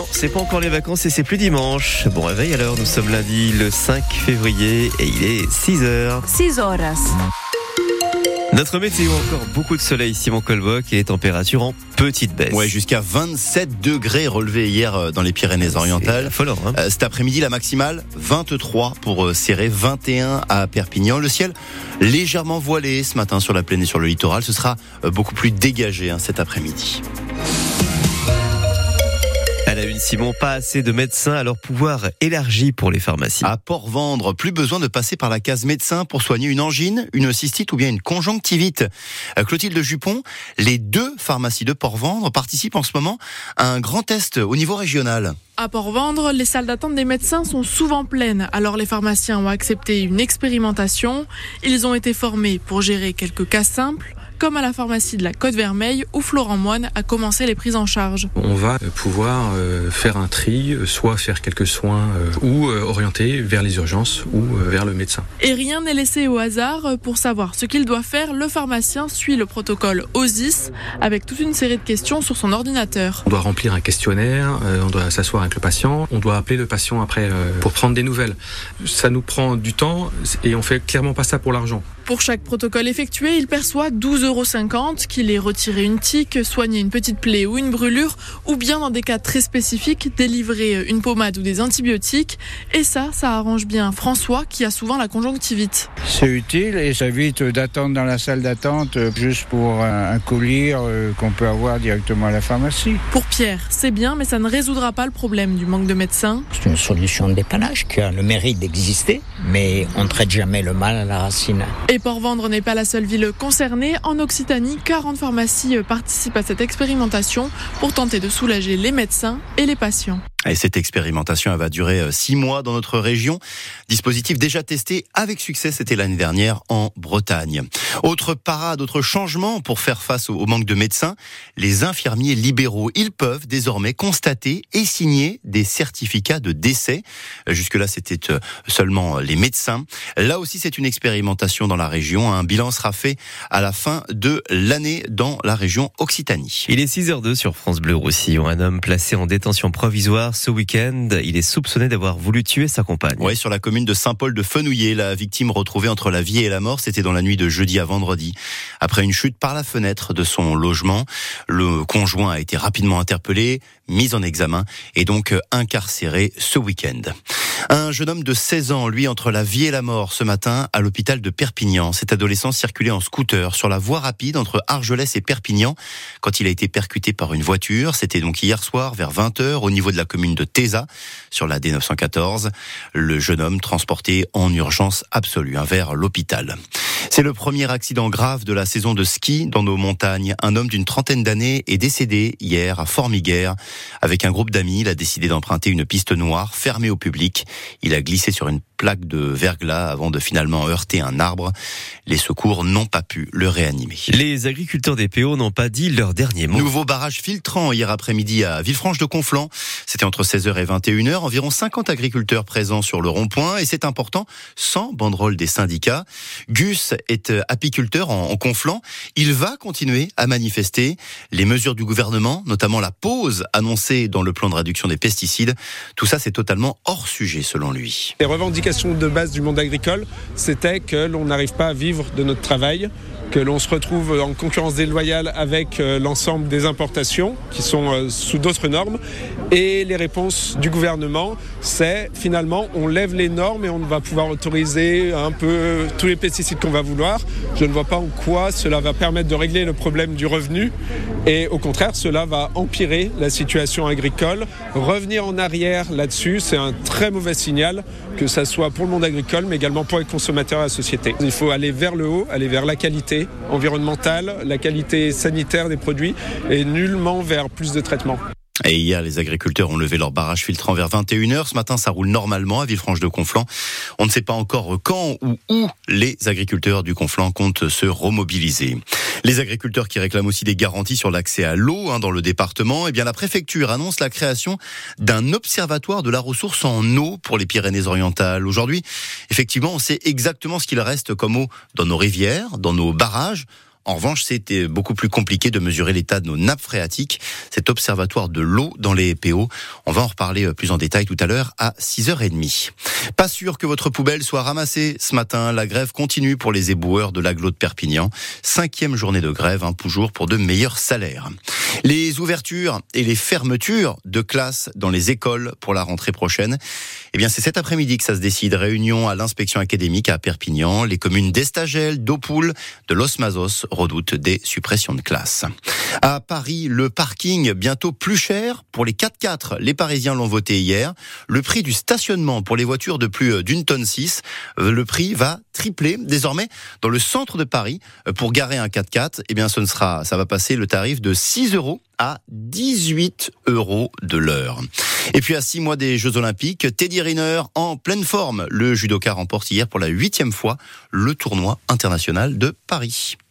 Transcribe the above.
c'est pas encore les vacances et c'est plus dimanche. Bon réveil alors, nous sommes lundi le 5 février et il est 6h. 6 horas. Notre météo, encore beaucoup de soleil, Simon Colboc, et les températures en petite baisse. Ouais, jusqu'à 27 degrés relevés hier dans les Pyrénées-Orientales. C'est affolant, hein. Cet après-midi, la maximale, 23 pour Céret, 21 à Perpignan. Le ciel légèrement voilé ce matin sur la plaine et sur le littoral. Ce sera beaucoup plus dégagé cet après-midi. À la une, Simon, pas assez de médecins, alors pouvoir élargi pour les pharmacies. À Port-Vendre, plus besoin de passer par la case médecin pour soigner une angine, une cystite ou bien une conjonctivite. Clotilde Jupon, les 2 pharmacies de Port-Vendre participent en ce moment à un grand test au niveau régional. À Port-Vendre, les salles d'attente des médecins sont souvent pleines, alors les pharmaciens ont accepté une expérimentation. Ils ont été formés pour gérer quelques cas simples, comme à la pharmacie de la Côte-Vermeille où Florent Moine a commencé les prises en charge. On va pouvoir faire un tri, soit faire quelques soins ou orienter vers les urgences ou vers le médecin. Et rien n'est laissé au hasard. Pour savoir ce qu'il doit faire, le pharmacien suit le protocole OSIS avec toute une série de questions sur son ordinateur. On doit remplir un questionnaire, on doit s'asseoir avec le patient, on doit appeler le patient après pour prendre des nouvelles. Ça nous prend du temps et on fait clairement pas ça pour l'argent. Pour chaque protocole effectué, il perçoit 12,50 €, qu'il ait retiré une tique, soigné une petite plaie ou une brûlure, ou bien dans des cas très spécifiques, délivrer une pommade ou des antibiotiques. Et ça arrange bien François qui a souvent la conjonctivite. C'est utile et ça évite d'attendre dans la salle d'attente juste pour un colis qu'on peut avoir directement à la pharmacie. Pour Pierre, c'est bien, mais ça ne résoudra pas le problème du manque de médecins. C'est une solution de dépannage qui a le mérite d'exister, mais on ne traite jamais le mal à la racine. Et Port-Vendre n'est pas la seule ville concernée. En Occitanie, 40 pharmacies participent à cette expérimentation pour tenter de soulager les médecins et les patients. Et cette expérimentation, elle va durer 6 mois dans notre région. Dispositif déjà testé avec succès, c'était l'année dernière en Bretagne. Autre parade, autre changement pour faire face au manque de médecins, les infirmiers libéraux, ils peuvent désormais constater et signer des certificats de décès. Jusque-là, c'était seulement les médecins. Là aussi, c'est une expérimentation dans la région. Un bilan sera fait à la fin de l'année dans la région Occitanie. Il est 6h02 sur France Bleu Roussillon. Un homme placé en détention provisoire ce week-end, il est soupçonné d'avoir voulu tuer sa compagne. Oui, sur la commune de Saint-Paul-de-Fenouillet, la victime retrouvée entre la vie et la mort, c'était dans la nuit de jeudi à vendredi. Après une chute par la fenêtre de son logement, le conjoint a été rapidement interpellé, mis en examen et donc incarcéré ce week-end. Un jeune homme de 16 ans, lui, entre la vie et la mort ce matin à l'hôpital de Perpignan. Cet adolescent circulait en scooter sur la voie rapide entre Argelès et Perpignan quand il a été percuté par une voiture. C'était donc hier soir vers 20h au niveau de la commune de Téza sur la D914. Le jeune homme transporté en urgence absolue vers l'hôpital. C'est le premier accident grave de la saison de ski dans nos montagnes. Un homme d'une trentaine d'années est décédé hier à Formiguère. Avec un groupe d'amis, il a décidé d'emprunter une piste noire fermée au public. Il a glissé sur une plaque de verglas avant de finalement heurter un arbre. Les secours n'ont pas pu le réanimer. Les agriculteurs des PO n'ont pas dit leur dernier mot. Nouveau barrage filtrant hier après-midi à Villefranche-de-Conflans. C'était entre 16h et 21h. Environ 50 agriculteurs présents sur le rond-point. Et c'est important, sans banderole des syndicats. Gus est apiculteur en Conflans. Il va continuer à manifester. Les mesures du gouvernement, notamment la pause annoncée dans le plan de réduction des pesticides, tout ça c'est totalement hors sujet selon lui. Les revendications de base du monde agricole, c'était que l'on n'arrive pas à vivre de notre travail, que l'on se retrouve en concurrence déloyale avec l'ensemble des importations qui sont sous d'autres normes. Et les réponses du gouvernement, c'est finalement on lève les normes et on va pouvoir autoriser un peu tous les pesticides qu'on va vouloir. Je ne vois pas en quoi cela va permettre de régler le problème du revenu. Et au contraire, cela va empirer la situation agricole. Revenir en arrière là-dessus, c'est un très mauvais signal, que ça soit pour le monde agricole, mais également pour les consommateurs et la société. Il faut aller vers le haut, aller vers la qualité environnementale, la qualité sanitaire des produits, et nullement vers plus de traitement. Et hier, les agriculteurs ont levé leur barrage filtrant vers 21h. Ce matin, ça roule normalement à Villefranche-de-Conflans. On ne sait pas encore quand ou où les agriculteurs du Conflans comptent se remobiliser. Les agriculteurs qui réclament aussi des garanties sur l'accès à l'eau dans le département. Eh bien, la préfecture annonce la création d'un observatoire de la ressource en eau pour les Pyrénées-Orientales. Aujourd'hui, effectivement, on sait exactement ce qu'il reste comme eau dans nos rivières, dans nos barrages. En revanche, c'était beaucoup plus compliqué de mesurer l'état de nos nappes phréatiques. Cet observatoire de l'eau dans les PO, on va en reparler plus en détail tout à l'heure à 6h30. Pas sûr que votre poubelle soit ramassée ce matin. La grève continue pour les éboueurs de l'agglo de Perpignan. 5e journée de grève, toujours pour de meilleurs salaires. Les ouvertures et les fermetures de classes dans les écoles pour la rentrée prochaine, c'est cet après-midi que ça se décide. Réunion à l'inspection académique à Perpignan. Les communes d'Estagel, d'Opoul, de Los Mazos redoutent des suppressions de classes. À Paris, le parking bientôt plus cher pour les 4x4. Les Parisiens l'ont voté hier. Le prix du stationnement pour les voitures de plus d'1,6 tonne, le prix va tripler. Désormais, dans le centre de Paris, pour garer un 4x4, ça va passer le tarif de 6 € à 18 € de l'heure. Et puis à 6 mois des Jeux Olympiques, Teddy Riner en pleine forme. Le judoka remporte hier pour la 8e fois le tournoi international de Paris.